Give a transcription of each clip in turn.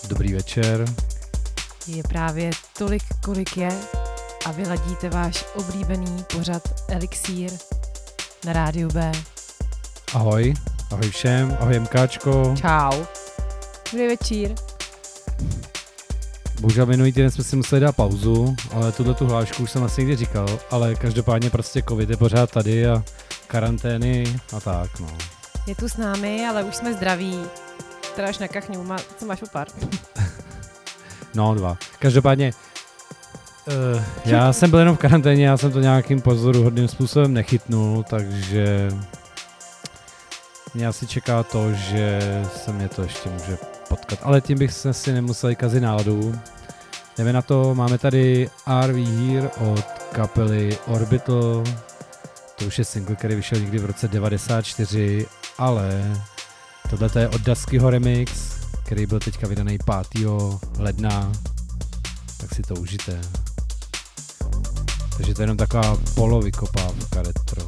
Dobrý večer. Je právě tolik, kolik je a vy ladíte váš oblíbený pořad Elixír na Rádiu B. Ahoj, ahoj všem, ahoj MKčko. Čau. Dobrý večír. Bohužel minulý týden jsme si museli dát pauzu, ale tu hlášku už jsem asi někdy říkal, ale každopádně prostě covid je pořád tady a karantény a tak, no. Je tu s námi, ale už jsme zdraví. Teda až na kachňu, co máš opar? No, 2. Každopádně, já jsem byl jenom v karanténě, já jsem to nějakým pozoruhodným způsobem nechytnul, takže mě asi čeká to, že se mě to ještě může potkat. Ale tím bych se si nemuseli kazit náladu. Jdeme na to, máme tady Are We Here od kapely Orbital. To už je single, který vyšel někdy v roce 94, ale tohle je od Duskyho remix, který byl teďka vydaný 5. ledna, tak si to užijte. Takže to je jenom taková polovykopávka retro.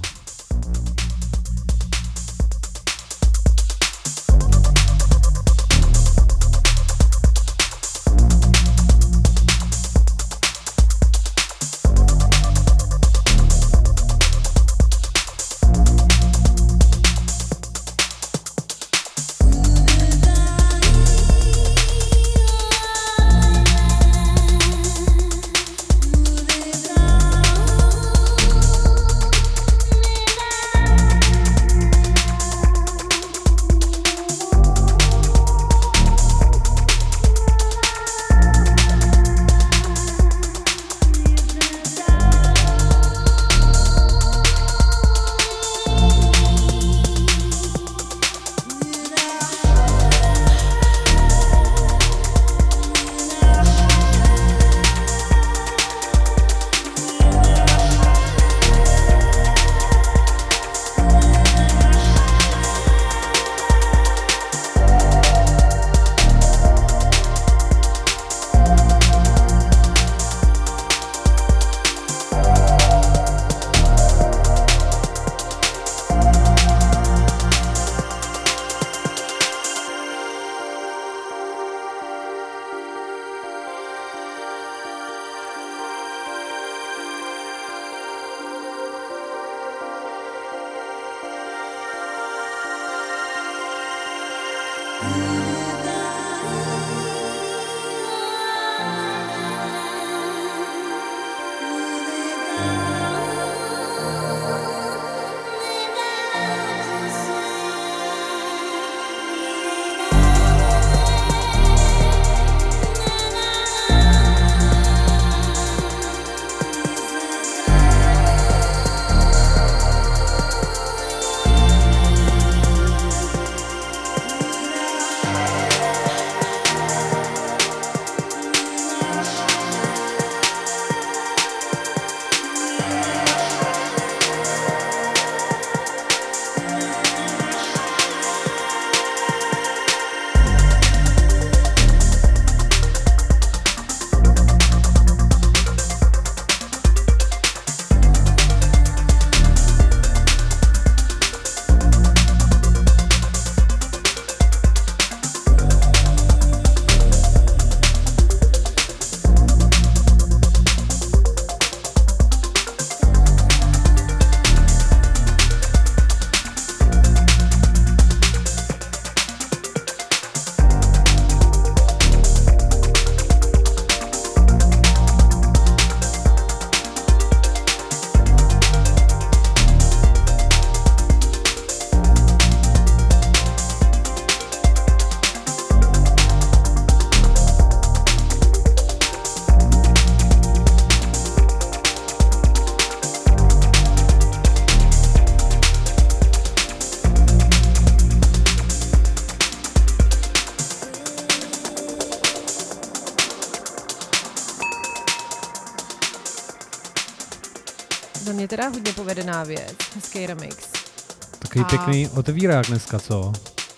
Za mě teda hodně povedená věc, hezký remix. Takový pěkný otevírák dneska, co?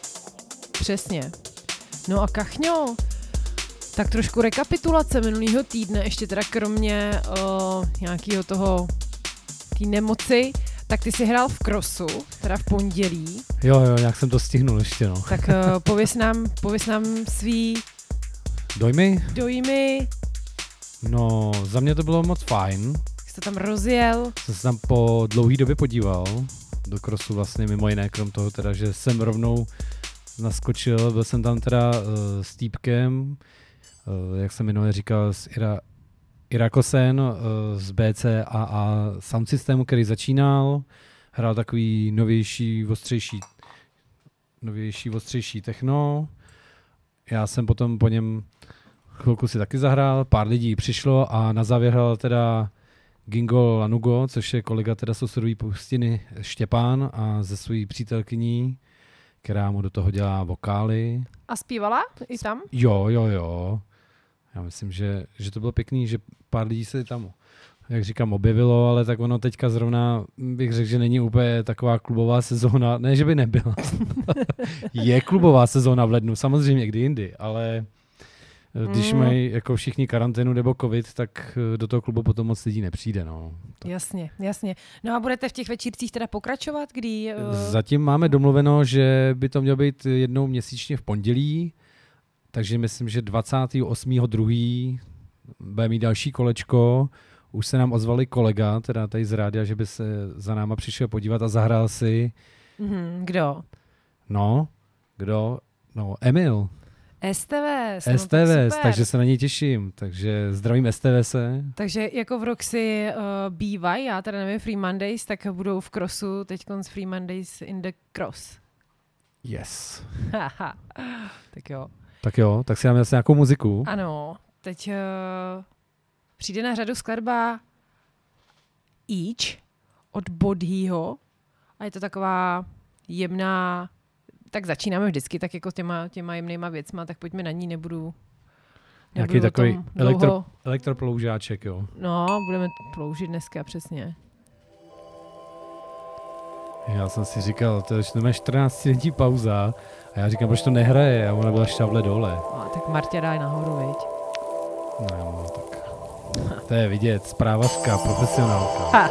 Přesně. No a Kachňo, tak trošku rekapitulace minulýho týdne, ještě teda kromě nějakého toho té nemoci, tak ty jsi hrál v Crossu, teda v pondělí. Jo, nějak jsem to stihnul ještě, no. Tak pověs nám svý Dojmy. No, za mě to bylo moc fajn. Jste tam rozjel. Jsem se tam po dlouhý době podíval do crossu vlastně mimo jiné, krom toho teda, že jsem rovnou naskočil, byl jsem tam teda s týpkem, jak jsem minule říkal, s Irakosen z BCAA Sound Systemu, který začínal, hrál takový novější, ostřejší techno. Já jsem potom po něm chvilku si taky zahrál, pár lidí přišlo a na závěr hrál teda Gingo Lanugo, což je kolega teda z Osudové pustiny Štěpán a ze svojí přítelkyní, která mu do toho dělá vokály. A zpívala i tam? Jo. Já myslím, že to bylo pěkný, že pár lidí se tam, jak říkám, objevilo, ale tak ono teďka zrovna bych řekl, že není úplně taková klubová sezóna. Ne, že by nebyla. Je klubová sezóna v lednu, samozřejmě kdy jindy, ale když mají jako všichni karanténu nebo covid, tak do toho klubu potom moc lidí nepřijde. No. Jasně. No a budete v těch večírcích teda pokračovat, kdy... Zatím máme domluveno, že by to mělo být jednou měsíčně v pondělí, takže myslím, že 28.2. bude mít další kolečko. Už se nám ozvali kolega, teda tady z rádia, že by se za náma přišel podívat a zahrál si. Kdo? Kdo? No, Emil. STVS, takže se na něj těším. Takže zdravím STVS. Takže jako v Roxy bývají, já teda nevím, Free Mondays, tak budou v crossu teďkonc Free Mondays in the cross. Yes. Tak jo, tak si dáme zase nějakou muziku. Ano, teď přijde na řadu skladba Each od Bodhýho a je to taková jemná, tak začínáme vždycky tak jako těma jemnýma věcma, tak pojďme na ní, nebudu nějaký takový elektroploužáček, jo. No, budeme ploužit dneska, přesně. Já jsem si říkal, to je 14letí pauza a já říkám, proč to nehraje a ona byla šťavle dole. No, tak Martě daj nahoru, viď? No, tak to je vidět, zprávařka, profesionálka.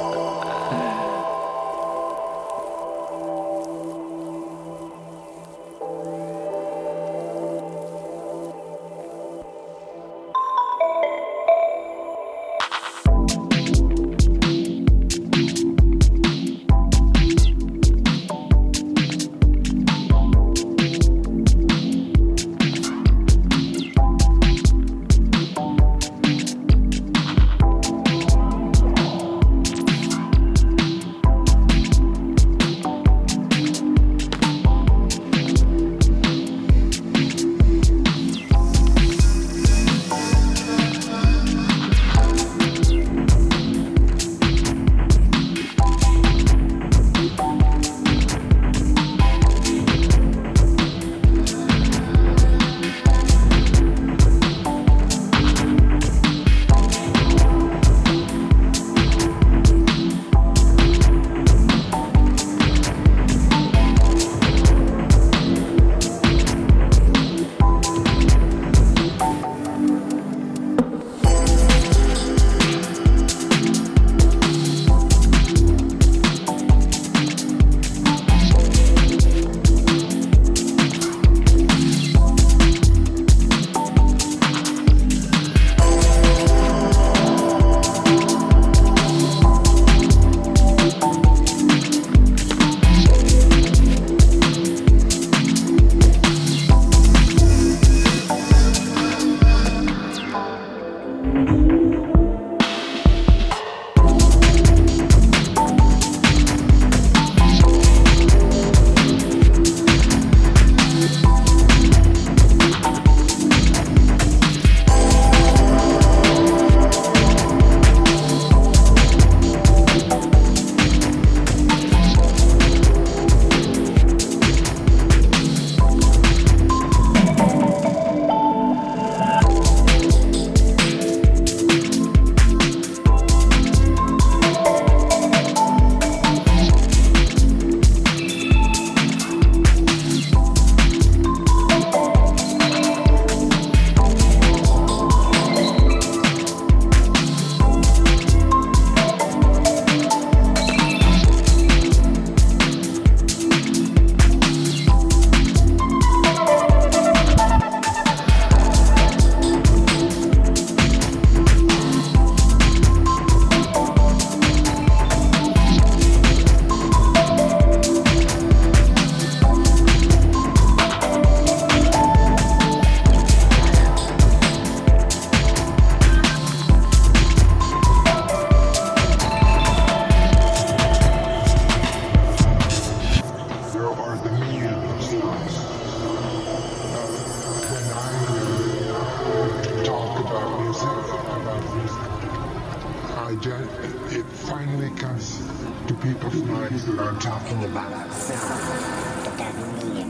people's minds that I'm talking about sound, but that meaning.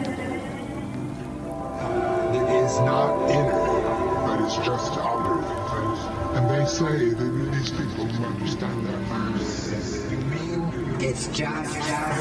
It is not inner, but it's just outer. And they say that these people who understand their minds, you mean it's just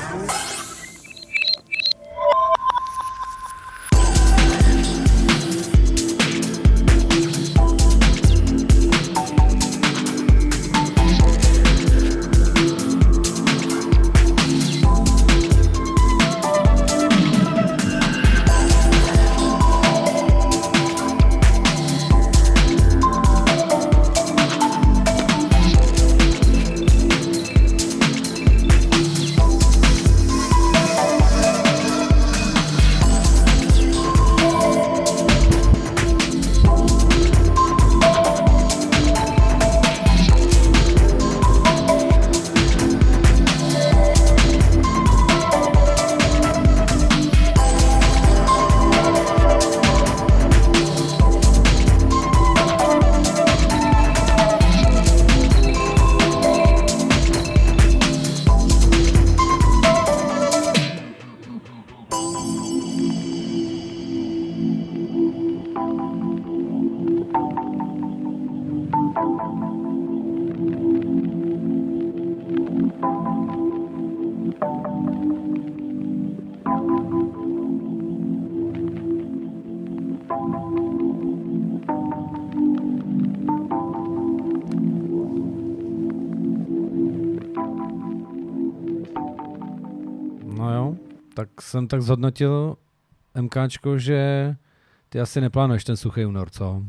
Tak jsem tak zhodnotil MKčko, že ty asi neplánuješ ten suchý únor, co?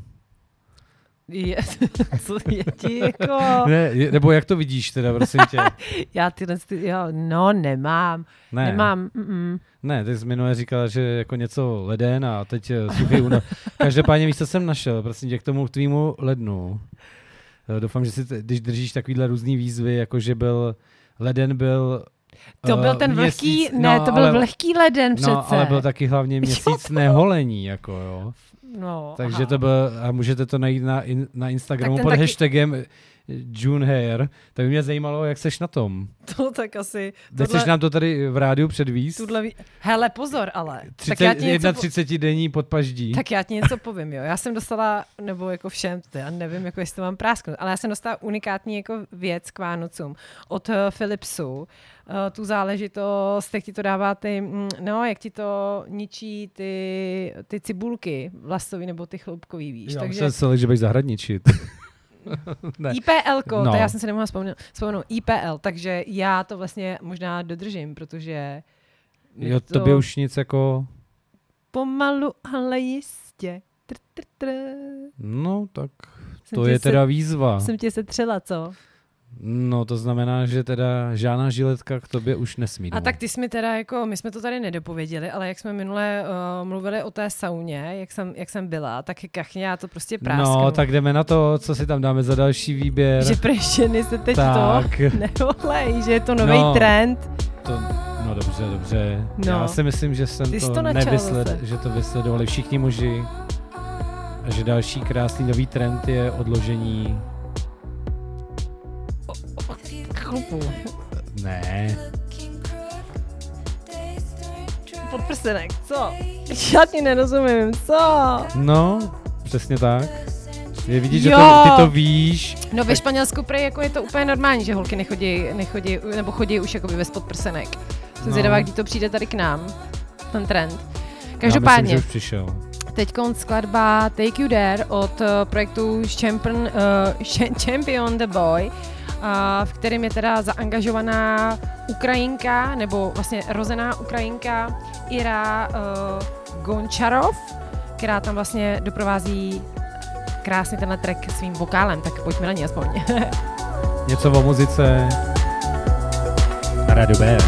Co je ti jako... Ne, nebo jak to vidíš teda, prosím tě? Já nemám. Ne. Nemám. Ne, ty jsi minule říkala, že jako něco leden a teď suchý únor. Každopádně víš, co jsem našel, prosím tě, k tomu tvýmu lednu. Doufám, že si, když držíš takovýhle různý výzvy, jako že leden byl... To byl ten vlhký, to byl vlhký leden přece. No, ale byl taky hlavně měsíc neholení, jako jo. No, takže to byl, a můžete to najít na Instagramu pod hashtagem JuneHair, tak by mě zajímalo, jak seš na tom. To tak asi... Chceš nám to tady v rádiu předvíst? Hele, pozor, ale. 30 denní podpaždí. Tak já ti něco povím, jo. Já jsem dostala, nebo jako všem, já nevím, jako jestli to mám prásknout, ale já jsem dostala unikátní jako věc k Vánocům od Philipsu. Tu záležitost, jak ti to dává jak ti to ničí ty cibulky vlastový nebo ty chloupkový, víš. Já jsem se že bych zahradničit. IPL-ko, to já jsem se nemohla vzpomenout. IPL, takže já to vlastně možná dodržím, protože... Jo, to by už nic jako... Pomalu, ale jistě. No, tak to je teda výzva. Jsem tě setřela, co? No, to znamená, že teda žádná žiletka k tobě už nesmí. A tak ty jsi mi teda jako, my jsme to tady nedopověděli, ale jak jsme minule mluvili o té sauně, jak jsem byla, tak kachně já to prostě prásknu. No, tak jdeme na to, co si tam dáme za další výběr. Že prešeny se teď tak. To nevolej, že je to nový trend. No dobře. No. Já si myslím, že jsem že to vysledovali všichni muži a že další krásný nový trend je odložení chlupu. Ne. Podprsenek, co? Já ti nerozumím, co? No, přesně tak. Je vidět, že ty to víš. No ve Španělsku prej jako je to úplně normální, že holky nechodí nebo chodí už jakoby bez podprsenek. Jsem zvědavá, kdy to přijde tady k nám, ten trend. Každopádně. Já myslím, že už přišel. Teďkon skladba Take You There od projektu Champion the Boy, v kterém je teda zaangažovaná Ukrajinka, nebo vlastně rozená Ukrajinka Ira Goncharov, která tam vlastně doprovází krásně tenhle track svým vokálem, tak pojďme na ní aspoň. Něco o muzice. Rado B.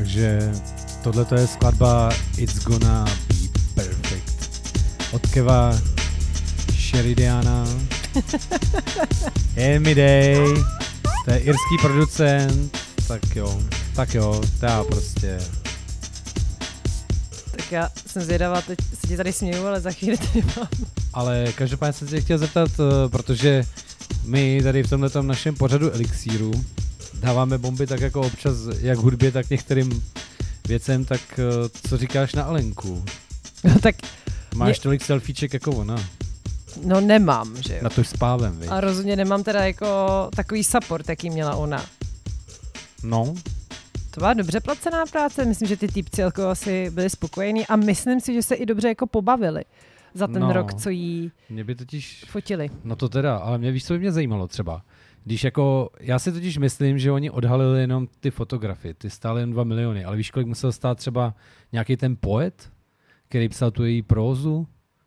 takže tohle je skladba It's Gonna Be Perfect od Keva Sheridiana. Day. To je irský producent, tak jo, to já prostě. Tak já jsem zvědavá, teď se ti tady směju, ale za chvíli tady mám. Ale každopádně jsem se chtěl zeptat, protože my tady v tomhletom našem pořadu Elixíru dáváme bomby tak jako občas jak hudbě, tak některým věcem, tak co říkáš na Alenku? No tak... Máš tolik selfieček jako ona? No nemám, že jo. Na to s pávem, viď? A rozhodně nemám teda jako takový support, jaký měla ona. No. To byla dobře placená práce, myslím, že ty týpci jako asi byli spokojení a myslím si, že se i dobře jako pobavili za ten rok, co jí mě by totiž fotili. No to teda, ale víš, co by mě zajímalo třeba. Když jako, já si totiž myslím, že oni odhalili jenom ty fotografie, ty stály jen 2 miliony, ale víš, kolik musel stát třeba nějaký ten poet, který psal tu její prózu?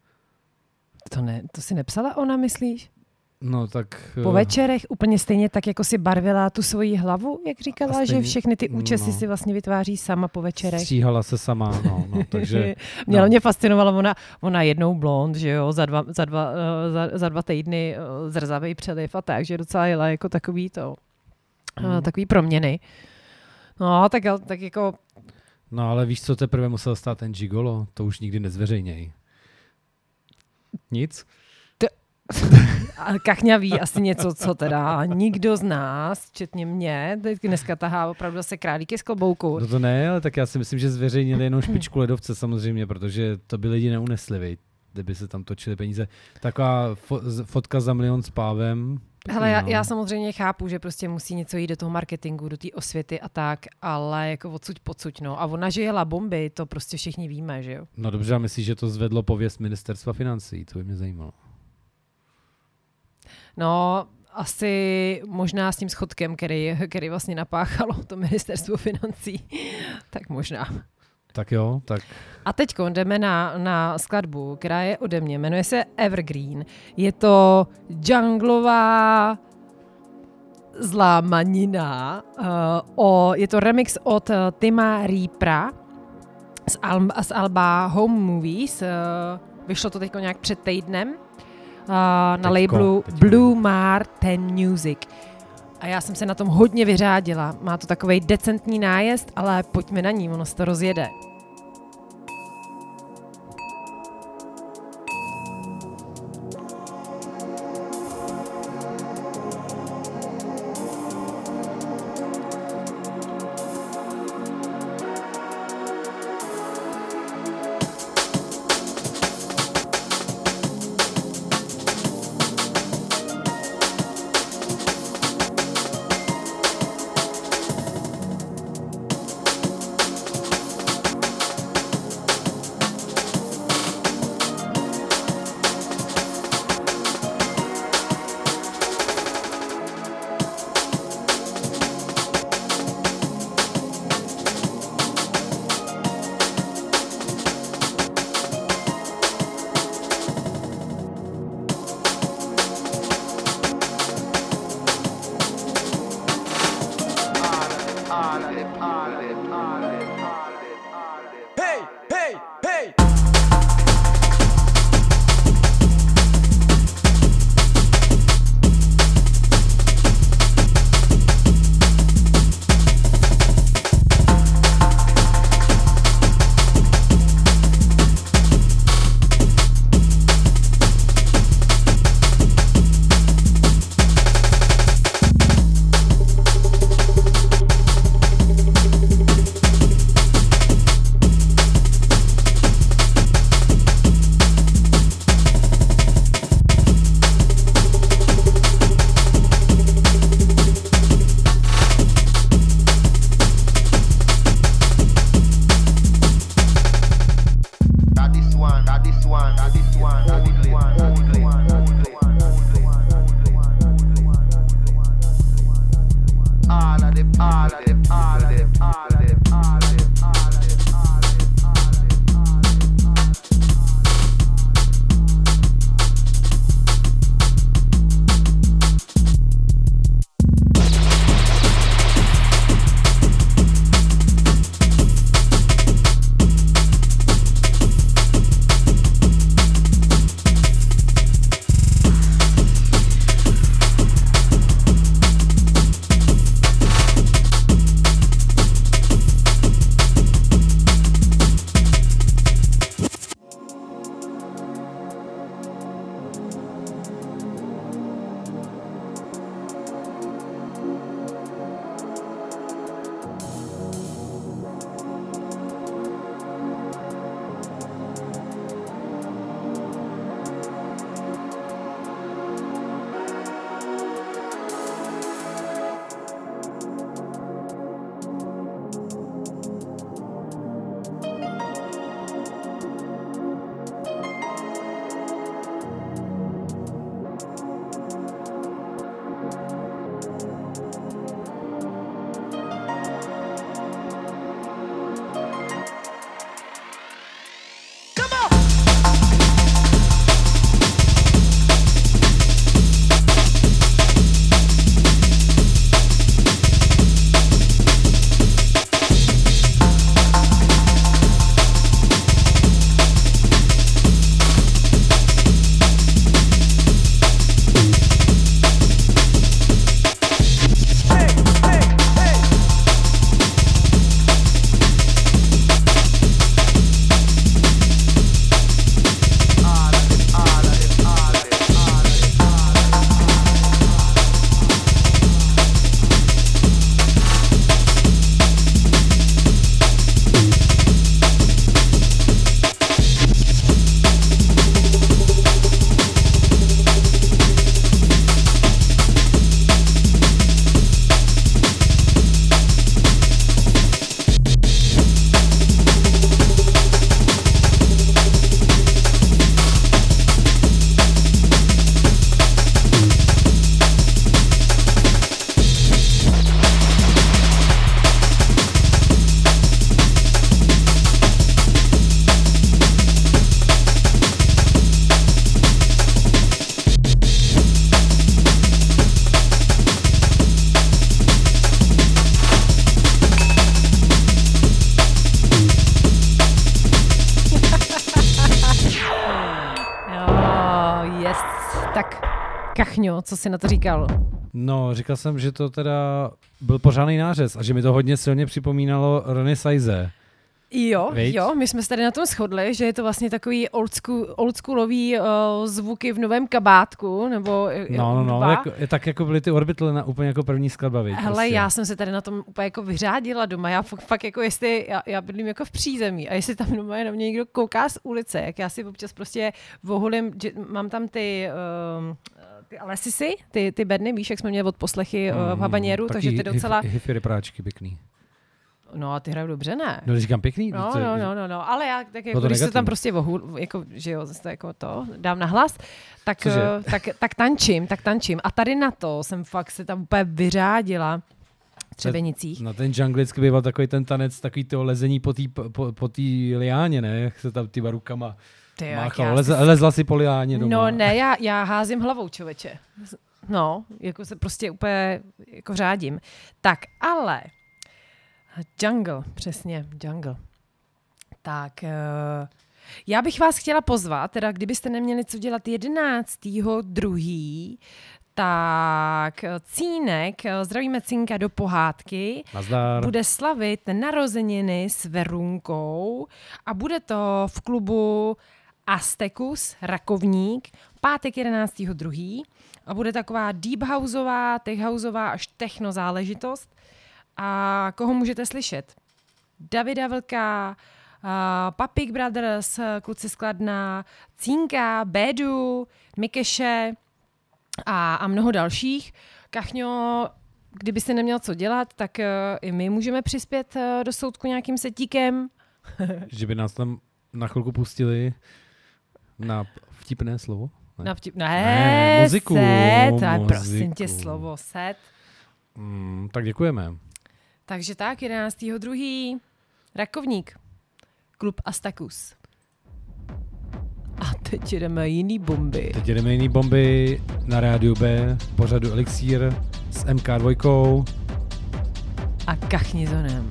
To si nepsala ona, myslíš? No tak... Po večerech úplně stejně tak, jako si barvila tu svoji hlavu, jak říkala, stejně, že všechny ty účesy si vlastně vytváří sama po večerech. Stříhala se sama, no takže... Mě fascinovala ona jednou blond, že jo, za dva týdny zrzavej přeliv a tak, že docela jela jako takový proměny. No, tak jako... No ale víš, co teprve musel stát ten gigolo? To už nikdy nezveřejněj. Nic? Kachňa ví asi něco, co teda nikdo z nás, včetně mě, dneska tahá opravdu zase králíky z klobouku. No to ne, ale tak já si myslím, že zveřejnili jenom špičku ledovce samozřejmě, protože to by lidi neunesli, viď, kdyby se tam točili peníze. Taková fotka za 1 milion s pávem. Hele, já samozřejmě chápu, že prostě musí něco jít do toho marketingu, do té osvěty a tak, ale jako odsuť pocuť, no. A ona, že jela bomby, to prostě všichni víme, že jo. No dobře, a myslíš, že to zvedlo pověst ministerstva financí? To by mě zajímalo. No, asi možná s tím schodkem, který vlastně napáchalo to ministerstvo financí. Tak možná. Tak jo, tak. A teď jdeme na skladbu, která je ode mě. Jmenuje se Evergreen. Je to junglová zlámanina. Je to remix od Tima Reapera z alba Home Movies. Vyšlo to teď nějak před týdnem. Na labelu Blue Marten Music. A já jsem se na tom hodně vyřádila. Má to takovej decentní nájezd, ale pojďme na ní, ono se to rozjede. Kachňo, co jsi na to říkal? No, říkal jsem, že to teda byl pořádný nářez a že mi to hodně silně připomínalo Ronnie Size. Jo, my jsme se tady na tom shodli, že je to vlastně takový oldschoolový zvuky v novém kabátku, nebo No, tak jako byly ty Orbital na úplně jako první skladba, viď? Hele, prostě. já jsem se tady na tom úplně jako vyřádila doma, já fakt jako jestli, já bydlím jako v přízemí a jestli tam doma na mě někdo kouká z ulice, jak já si občas prostě vohulím, mám tam ty Alessisy, ty bedny, víš, jak jsme měli od poslechy v habaněru, takže ty docela... Hifi repráčky pěkný. No a ty hrajou dobře, ne? No, říkám pěkný. No, ale já tak jako, když se tam prostě jako, že jo, zase jako to dám na hlas, tak tančím. A tady na to jsem fakt se tam úplně vyřádila v Třebenicích. Na ten junglicky býval takový ten tanec, takový to lezení po té liáně, ne? Jak se tam těma rukama máchalo. Lezla si po liáně doma. No ne, já házím hlavou, člověče. No, jako se prostě úplně jako řádím. Tak, ale... Jungle, přesně, jungle. Tak, já bych vás chtěla pozvat, teda kdybyste neměli co dělat 11.2., tak Cínek, zdravíme Cínka do pohádky, Nazdar. Bude slavit narozeniny s Verunkou a bude to v klubu Aztecus Rakovník, pátek 11.2. a bude taková deep houseová, tech houseová až techno záležitost. A koho můžete slyšet? Davida Vlka, Papik Brothers, kluci z Kladna, Cínka, Bédu, Mikeše a mnoho dalších. Kachňo, kdyby se neměl co dělat, tak i my můžeme přispět do soudku nějakým setíkem. Že by nás tam na chvilku pustili na vtipné slovo? Ne, muziku. Prosím tě, slovo set. Tak děkujeme. Takže tak, 11.2. Rakovník. Klub Aztecus. A teď jedeme jiný bomby. Na rádiu B, pořadu Elixír s MK2 a Kachnizonem.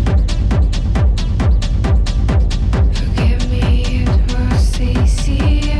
See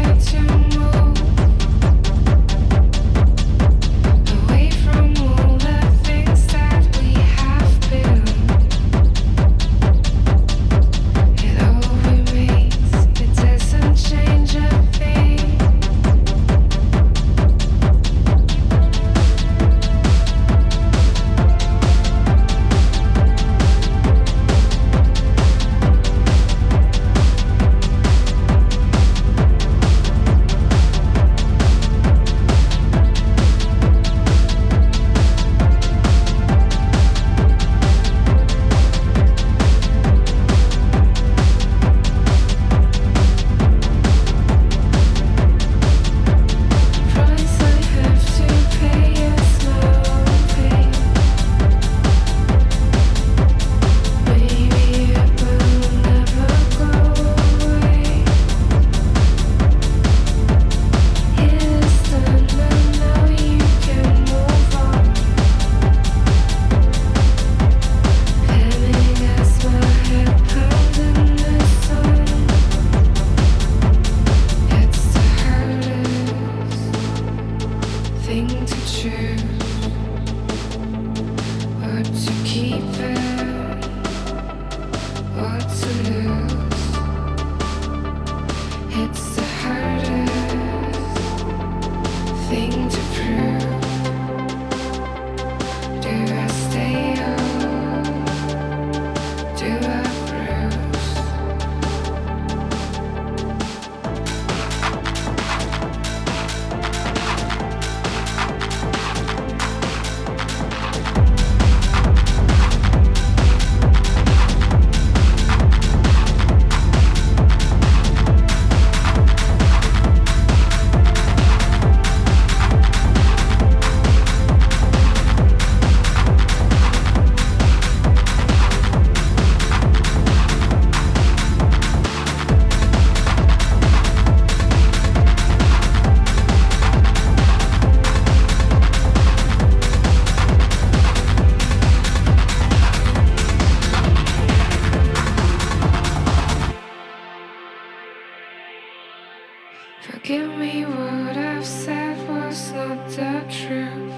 Forgive me, what I've said was not the truth.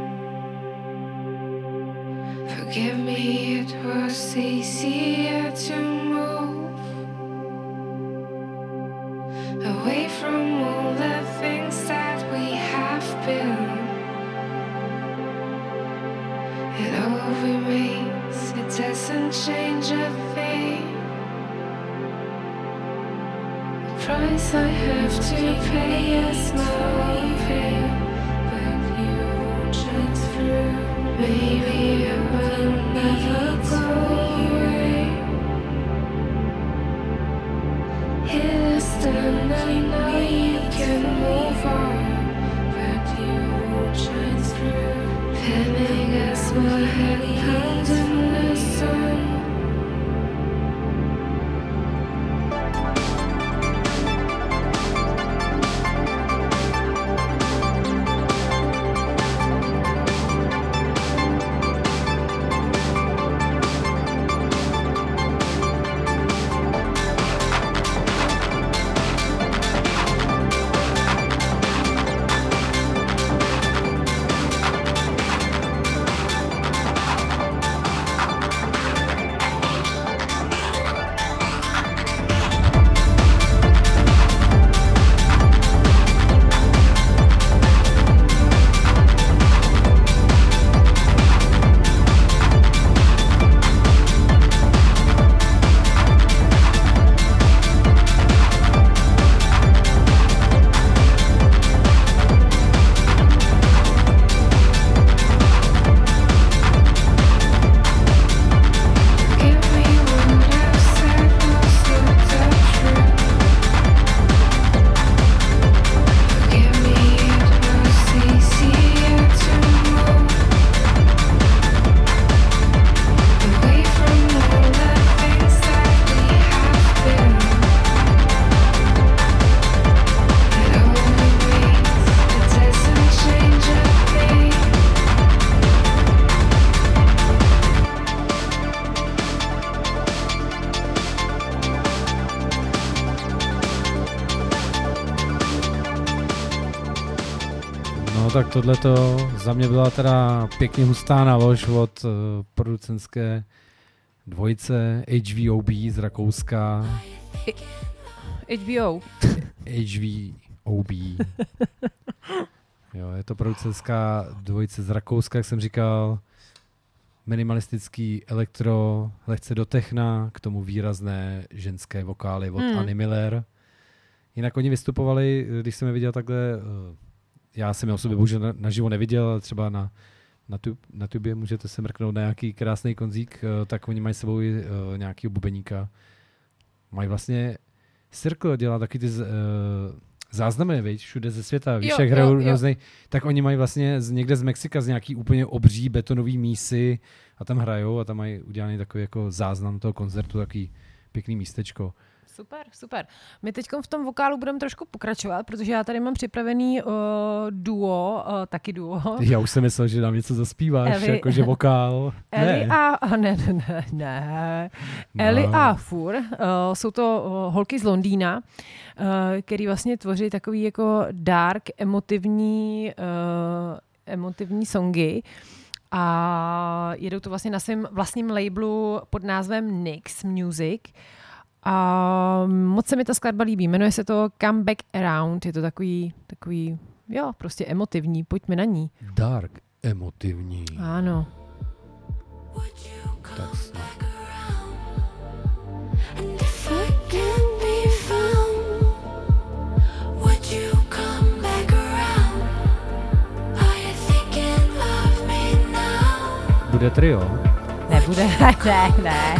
Forgive me, it was easier to move away from all the things that we have been. It all remains, it doesn't change a thing. The price I have to pay is my own pain, but you won't shine through. Maybe I will never go away. It is done, I know you can move on, but you won't shine through. Panic as my head pounds in the sun. Tak tohleto za mě byla teda pěkně hustá nalož od producentské dvojice HVOB z Rakouska. HBO. HVOB. Jo, je to producentská dvojice z Rakouska, jak jsem říkal. Minimalistický elektro, lehce do techna, k tomu výrazné ženské vokály od Anny Miller. Jinak oni vystupovali, když jsem je viděl takhle, já jsem je osobě bohužel naživo neviděl, ale třeba na tubě můžete se mrknout na nějaký krásný konzík, tak oni mají s sebou i nějakýho bubeníka. Mají vlastně Circle, dělá taky ty záznamy, viď, všude ze světa, víš, jak hrajou různej, tak oni mají vlastně někde z Mexika z nějaký úplně obří betonový mísy a tam hrajou a tam mají udělaný takový jako záznam toho koncertu, takový pěkný místečko. Super, super. My teď v tom vokálu budeme trošku pokračovat, protože já tady mám připravený duo, taky duo. Já už jsem myslel, že nám něco zaspíváš, jakože vokál. Ne. Eli a Fur, jsou to holky z Londýna, který vlastně tvoří takový jako dark, emotivní songy. A jedou to vlastně na svém vlastním labelu pod názvem Nyx Music. A moc se mi ta skladba líbí. Jmenuje se to Come Back Around. Je to takový, jo, prostě emotivní. Pojďme na ní. Dark, emotivní. Ano. Tak snad. Bude trio? Nebude, ne.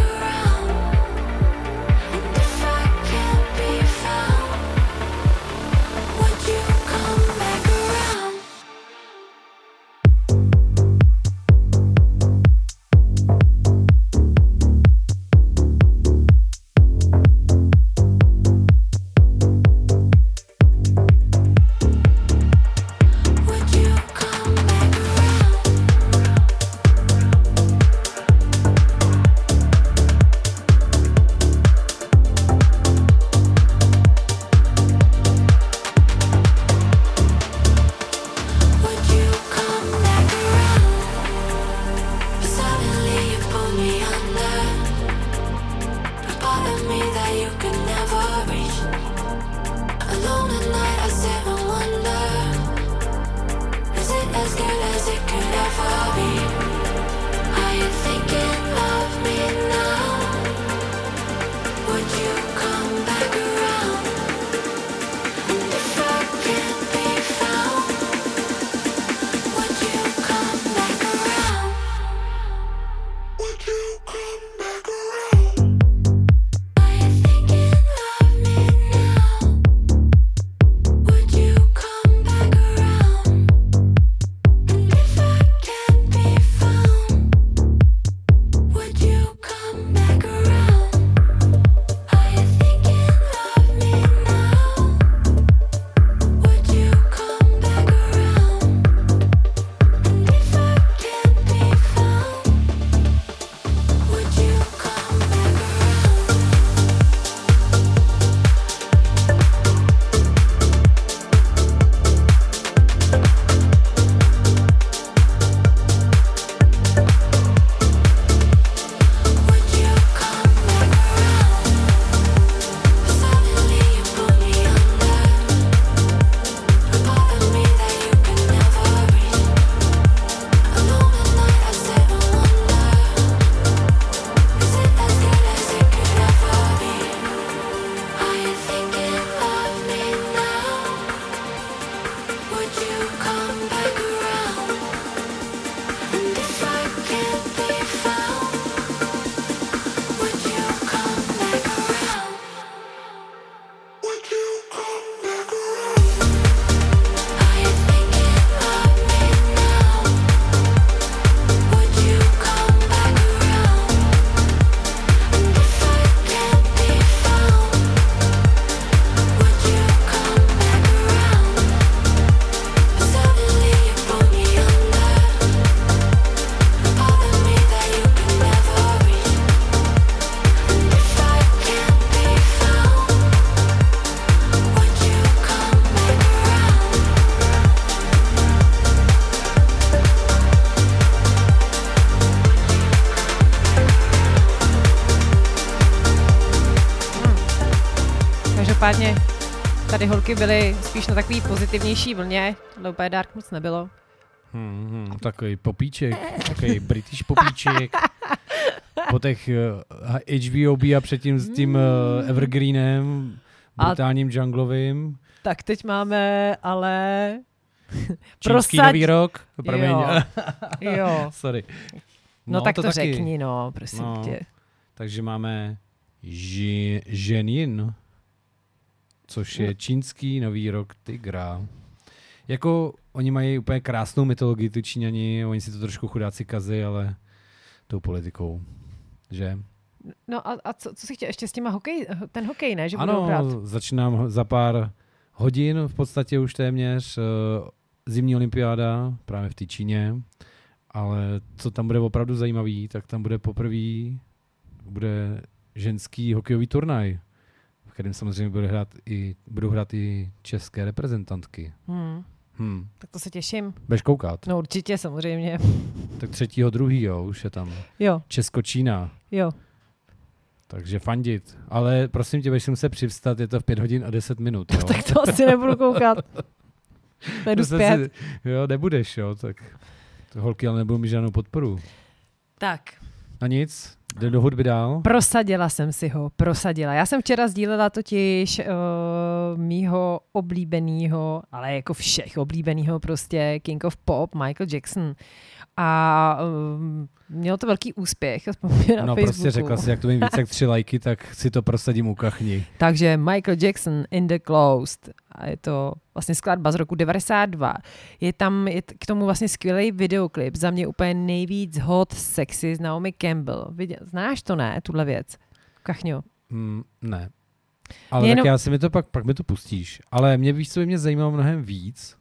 každopádně tady holky byly spíš na takový pozitivnější vlně, ale úplně dark moc nebylo. Takový popíček, takový British popíček. Po těch HBOB a předtím s tím Evergreenem, brutálním junglovým. Tak teď máme ale... Čínský nový rok. Promiň. Jo. Sorry. No tak to taky. řekni, no, prosím tě. Takže máme Zhenin, což je čínský nový rok tygra. Jako oni mají úplně krásnou mytologii, ty Číňani, oni si to trošku chudáci kazí, ale tou politikou, že? No a co si chtěl ještě s těma ten hokej, ne? Že ano, budou hrát? začínám za pár hodin, v podstatě už téměř, zimní olympiáda právě v té Číně, ale co tam bude opravdu zajímavý, tak tam bude bude ženský hokejový turnaj, v kterém samozřejmě budou hrát i české reprezentantky. Tak to se těším. Budeš koukat? No určitě, samozřejmě. Tak 3.2. už je tam. Jo. Česko-Čína. Jo. Takže fandit. Ale prosím tě, budeš si muset přivstat, je to v 5 hodin a 10 minut. Jo? Tak to asi nebudu koukat. Nejdu zpět. Jo, nebudeš, jo, tak to holky ale nebudou mít žádnou podporu. Tak. A nic, jde do hudby dál. Prosadila jsem si ho, Já jsem včera sdílela totiž mýho oblíbenýho, ale jako všech oblíbenýho prostě King of Pop, Michael Jackson. A mělo to velký úspěch, aspoň na Facebooku. Prostě řekla si, jak to mít víc jak 3 lajky, tak si to prosadím u kachni. Takže Michael Jackson in the Closed. A je to vlastně skladba z roku 92. Je k tomu vlastně skvělý videoklip. Za mě úplně nejvíc hot sexy z Naomi Campbell. Znáš to, ne? Tuhle věc? Kachňo. Ne. Ale tak já si mi to pak mi to pustíš. Ale víš, co by mě zajímalo mnohem víc?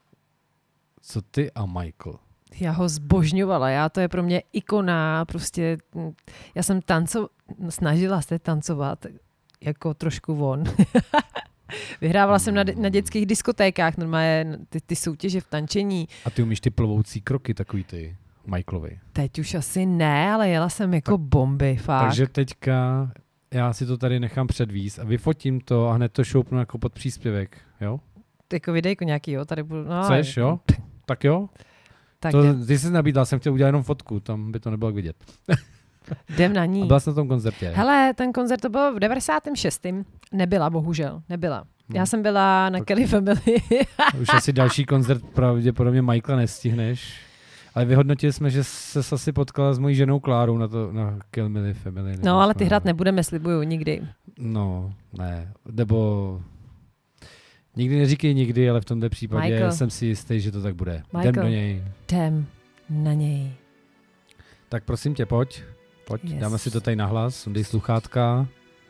Co ty a Michael? Já ho zbožňovala, to je pro mě ikona, prostě já jsem snažila se tancovat jako trošku on. Vyhrávala jsem na dětských diskotékách, normálně ty soutěže v tančení. A ty umíš ty plovoucí kroky, takový ty Michaelovi? Teď už asi ne, ale jela jsem jako bomby, fakt. Takže teďka já si to tady nechám předvíst a vyfotím to a hned to šoupnu jako pod příspěvek, jo? Jako videjko nějaký, jo? Tady budu, no, chceš, jo? Tak jo? Tak ty jsi nabídla, jsem chtěl udělat jenom fotku, tam by to nebylo jak vidět. Jdem na ní. A byla jsi na tom koncertě? Hele, ten koncert to byl v 96. Nebyla, bohužel, nebyla. Já jsem byla na Kelly Family. Už asi další koncert pravděpodobně Michaela nestihneš. Ale vyhodnotili jsme, že se asi potkala s mojí ženou Klárou na Kelly Family. No, ale ty hrát nebudeme, slibuju, nikdy. No, ne. Nebo nikdy neříkej nikdy, ale v tomto případě Michael. jsem si jistý, že to tak bude. Michael. Jdem do něj. Jdem na něj. Tak prosím tě, pojď. Yes. Dáme si to tady nahlas, sundej sluchátka.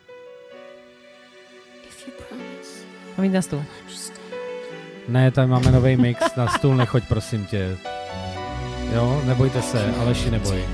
A mít na stůl. Ne, tady máme nový mix, na stůl nechoď, prosím tě. Jo, nebojte se, Aleši, neboj.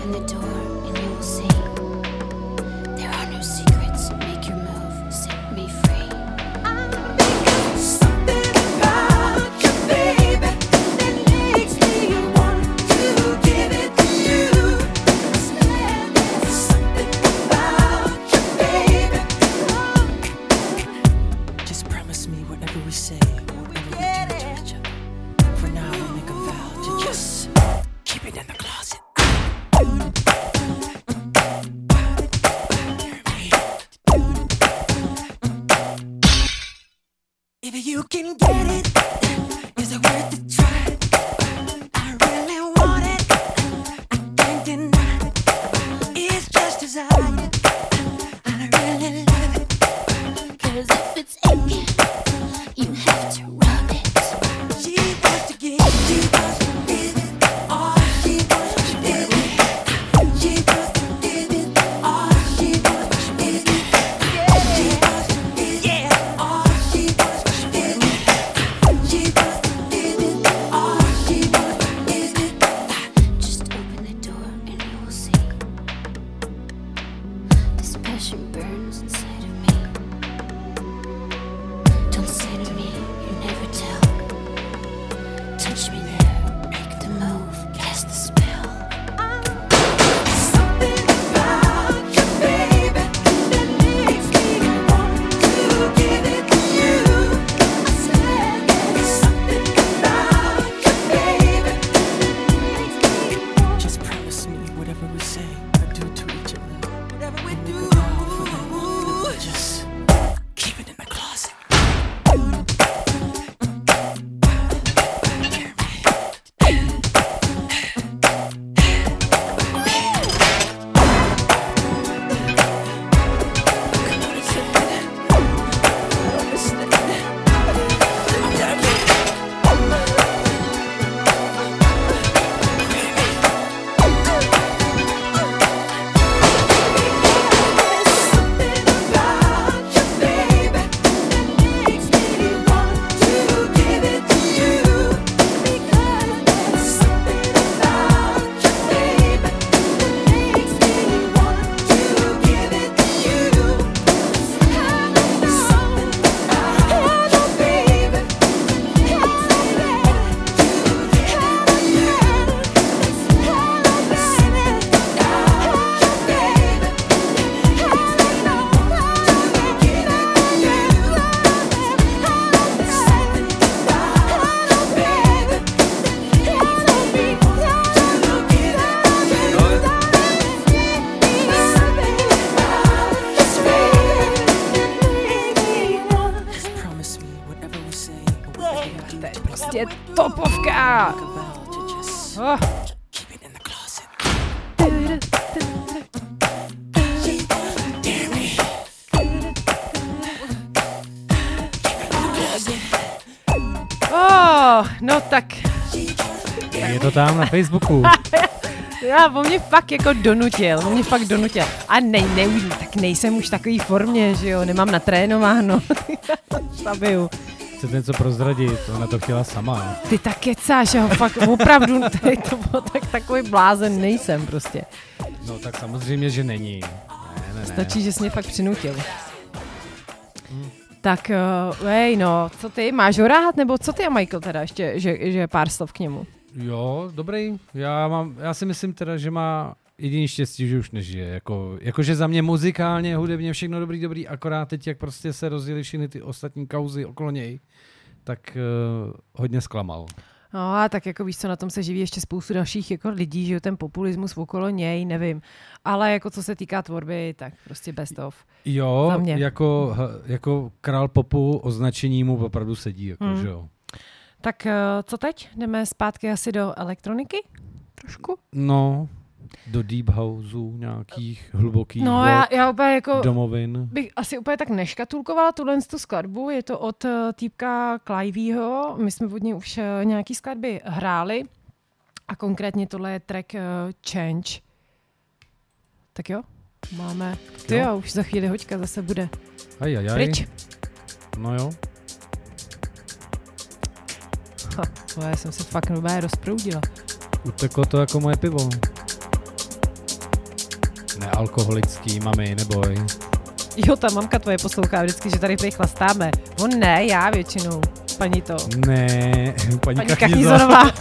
open the door and you will see. There are no secrets. Make your move. Set me free. Something about you, baby, that makes me want to give it to you. Something about you, baby. Just promise me whatever we say, whatever we do to each other. For now, we'll make a vow to just keep it in the closet. If you can get it, is it worth the try? I really want it, I can't deny. It's just desire, I really love it. 'Cause if it's aching, you have to rub it. She wants to give it, she wants to give it all. She wants to give it, she wants to give it all. She wants to give it, she wants to give it all. She wants to give it, she wants to give it all. She wants to give it. Just open the door and you will see. This passion burns inside of me. Don't say to me, you never tell. Touch me there, make the move, cast the spell. Something about you, baby, that makes me want to give it to you. I said there's something about you, baby, that makes me want. Just promise me whatever we say or do to each other. Whatever we do, just keep it in the closet. Just promise me whatever we say or whatever we do to each Prostě other. topovka. Make a vow to just Oh. keep it in the closet. No tak, Je to tam na Facebooku. on mě fakt jako donutil, A tak nejsem už v takový formě, že jo, nemám natrénováno. Zabiju. Chcete něco prozradit? Ona to chtěla sama. Ty tak kecáš, jo, fakt opravdu, tady to bylo takový blázen nejsem prostě. No tak samozřejmě, že není. Ne. Stačí, že jsi mě fakt přinutil. Tak, no, co ty, máš ho rád, nebo co ty a Michael teda ještě, že pár slov k němu? Jo, dobrý. Já si myslím teda, že má jediný štěstí, že už nežije. Jakože za mě muzikálně, hudebně všechno dobrý, akorát teď, jak prostě se rozjeli všechny ty ostatní kauzy okolo něj, tak hodně zklamal. No a tak jako víš co, na tom se živí ještě spoustu dalších jako lidí, že jo, ten populismus okolo něj, nevím. Ale jako co se týká tvorby, tak prostě best of. Jo, Za mě. jako král popu označení mu opravdu sedí, jako, že jo. Tak co teď? Jdeme zpátky asi do elektroniky? Trošku? No, do deep houseu nějakých hlubokých No já úplně jako domovin. bych asi úplně tak neškatulkovala tu skladbu, je to od týpka Cliveho, my jsme od něj už nějaký skladby hráli a konkrétně tohle je track Change. Tak jo, máme, ty jo, už za chvíli hoďka zase bude pryč. No jo. Já jsem se fakt nově rozproudila. Uteklo to jako moje pivo. nealkoholický, mami, neboj. Jo, ta mamka tvoje poslouchá vždycky, že tady prý chlastáme. On ne, já většinou. Paní to. Ne, paní Paní Kachnizorová. Kachnizorová.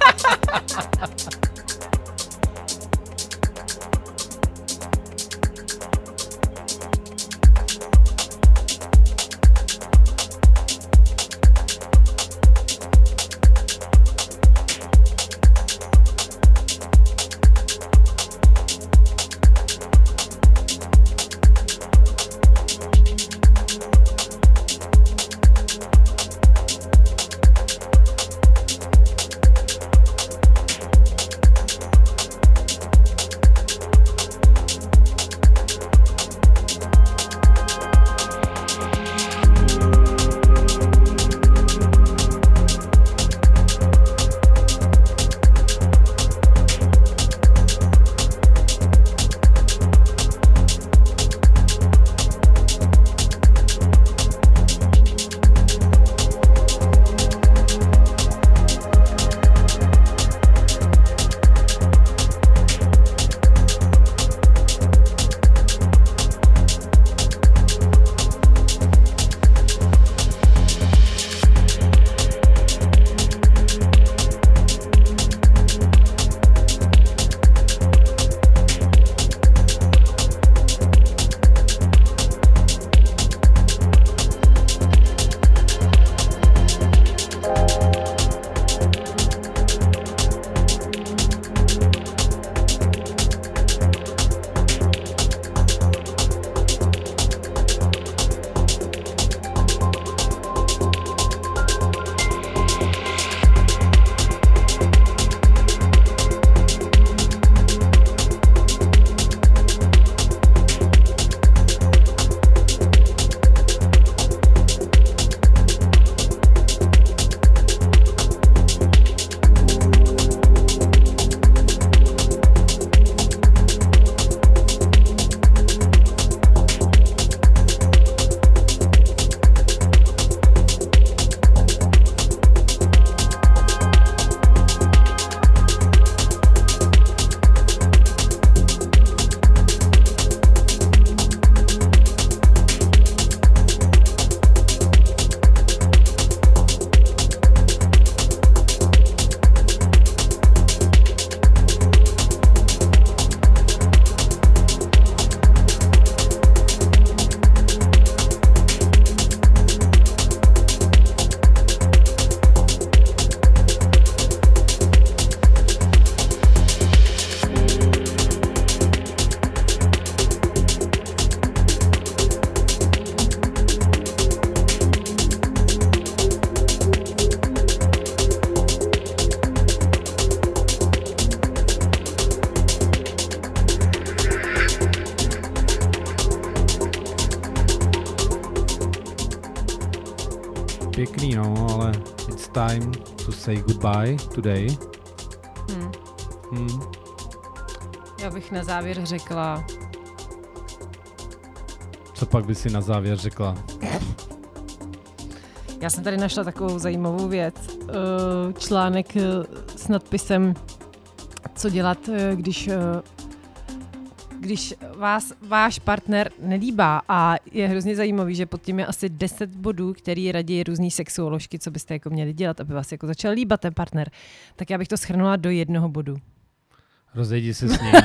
Pěkný, no, ale it's time to say goodbye today. Já bych na závěr řekla... Co pak by si na závěr řekla? Já jsem tady našla takovou zajímavou věc. Článek s nadpisem Co dělat, když vás váš partner nelíbá, a je hrozně zajímavý, že pod tím je asi 10 bodů, který radí různý sexuoložky, co byste jako měli dělat, aby vás jako začal líbat ten partner. Tak já bych to shrnula do 1 bodu. Rozejdi se s ním.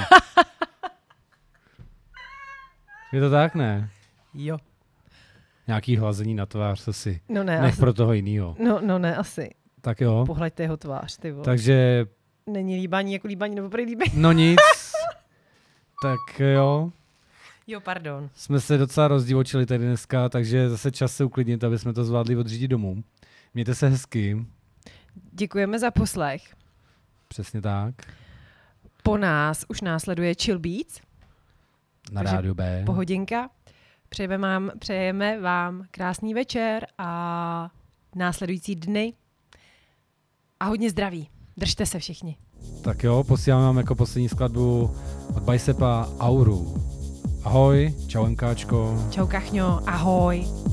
Je to tak, ne? Jo. Nějaký hlazení na tvář asi. No ne, Nech asi. pro toho jinýho. No ne, asi. Tak jo. Pohlaďte jeho tvář, ty vole. Takže... Není líbání jako líbání nebo prý líbení. No nic. Tak jo. Jo, pardon. Jsme se docela rozdivočili tady dneska, takže zase čas se uklidnit, aby jsme to zvládli odřídit domů. Mějte se hezky. Děkujeme za poslech. Přesně tak. Po nás už následuje Chill Beats. Na Takže rádiu B. Pohodinka. Přejeme vám krásný večer a následující dny. A hodně zdraví. Držte se všichni. Tak jo, posílám vám jako poslední skladbu od Bicepa Auru. Ahoj, čau MKčko. Čau Kachňo, ahoj.